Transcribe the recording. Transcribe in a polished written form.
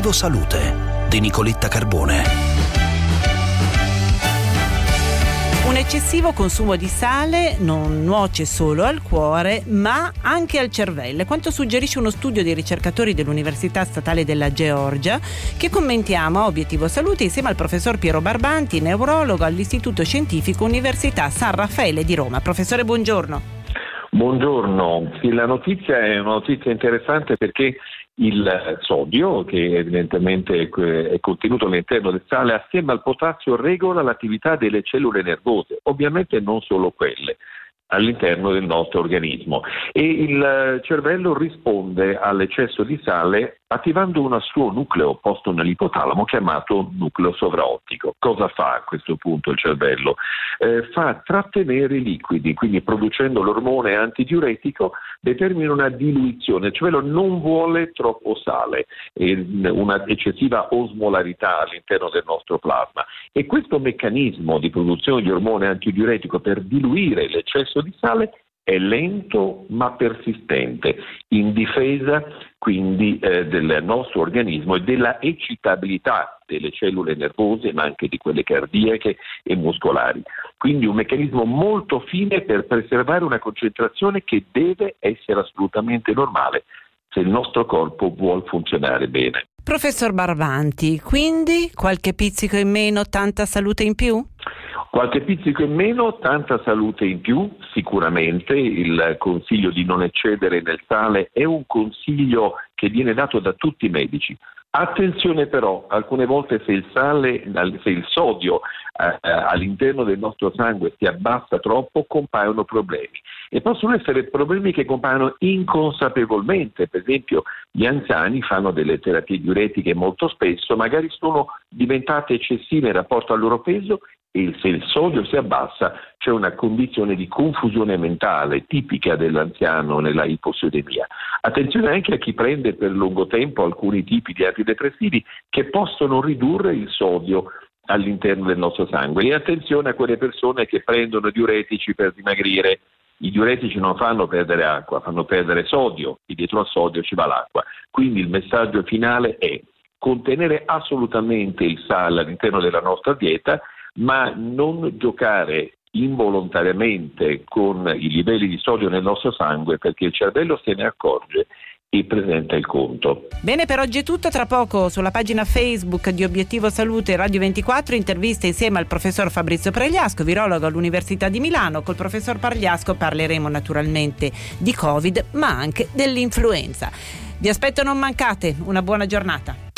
Obiettivo Salute di Nicoletta Carbone. Un eccessivo consumo di sale non nuoce solo al cuore, ma anche al cervello, quanto suggerisce uno studio dei ricercatori dell'Università Statale della Georgia, che commentiamo a Obiettivo Salute insieme al professor Piero Barbanti, neurologo all'Istituto Scientifico Università San Raffaele di Roma. Professore, buongiorno. Buongiorno, sì, la notizia è una notizia interessante perché il sodio, che evidentemente è contenuto all'interno del sale, assieme al potassio regola l'attività delle cellule nervose, ovviamente non solo quelle, all'interno del nostro organismo, e il cervello risponde all'eccesso di sale attivando un suo nucleo posto nell'ipotalamo chiamato nucleo sovraottico. Cosa fa a questo punto il cervello? Fa trattenere i liquidi, quindi producendo l'ormone antidiuretico determina una diluizione. Il cervello non vuole troppo sale, una eccessiva osmolarità all'interno del nostro plasma, e questo meccanismo di produzione di ormone antidiuretico per diluire l'eccesso di sale è lento ma persistente, in difesa quindi del nostro organismo e della eccitabilità delle cellule nervose, ma anche di quelle cardiache e muscolari. Quindi un meccanismo molto fine per preservare una concentrazione che deve essere assolutamente normale se il nostro corpo vuol funzionare bene. Professor Barbanti, quindi qualche pizzico in meno, tanta salute in più? Qualche pizzico in meno, tanta salute in più, sicuramente. Il consiglio di non eccedere nel sale è un consiglio che viene dato da tutti i medici. Attenzione però, alcune volte se il sodio all'interno del nostro sangue si abbassa troppo, compaiono problemi, e possono essere problemi che compaiono inconsapevolmente. Per esempio, gli anziani fanno delle terapie diuretiche molto spesso, magari sono diventate eccessive in rapporto al loro peso, e se il sodio si abbassa c'è una condizione di confusione mentale tipica dell'anziano nella ipossidemia. Attenzione anche a chi prende per lungo tempo alcuni tipi di antidepressivi che possono ridurre il sodio all'interno del nostro sangue, e attenzione a quelle persone che prendono diuretici per dimagrire. I diuretici non fanno perdere acqua, fanno perdere sodio, e dietro al sodio ci va l'acqua. Quindi il messaggio finale è contenere assolutamente il sale all'interno della nostra dieta, ma non giocare involontariamente con i livelli di sodio nel nostro sangue, perché il cervello se ne accorge e presenta il conto. Bene, per oggi è tutto. Tra poco sulla pagina Facebook di Obiettivo Salute Radio 24 interviste insieme al professor Fabrizio Pregliasco, virologo all'Università di Milano. Col professor Pregliasco parleremo naturalmente di Covid, ma anche dell'influenza. Vi aspetto, non mancate. Una buona giornata.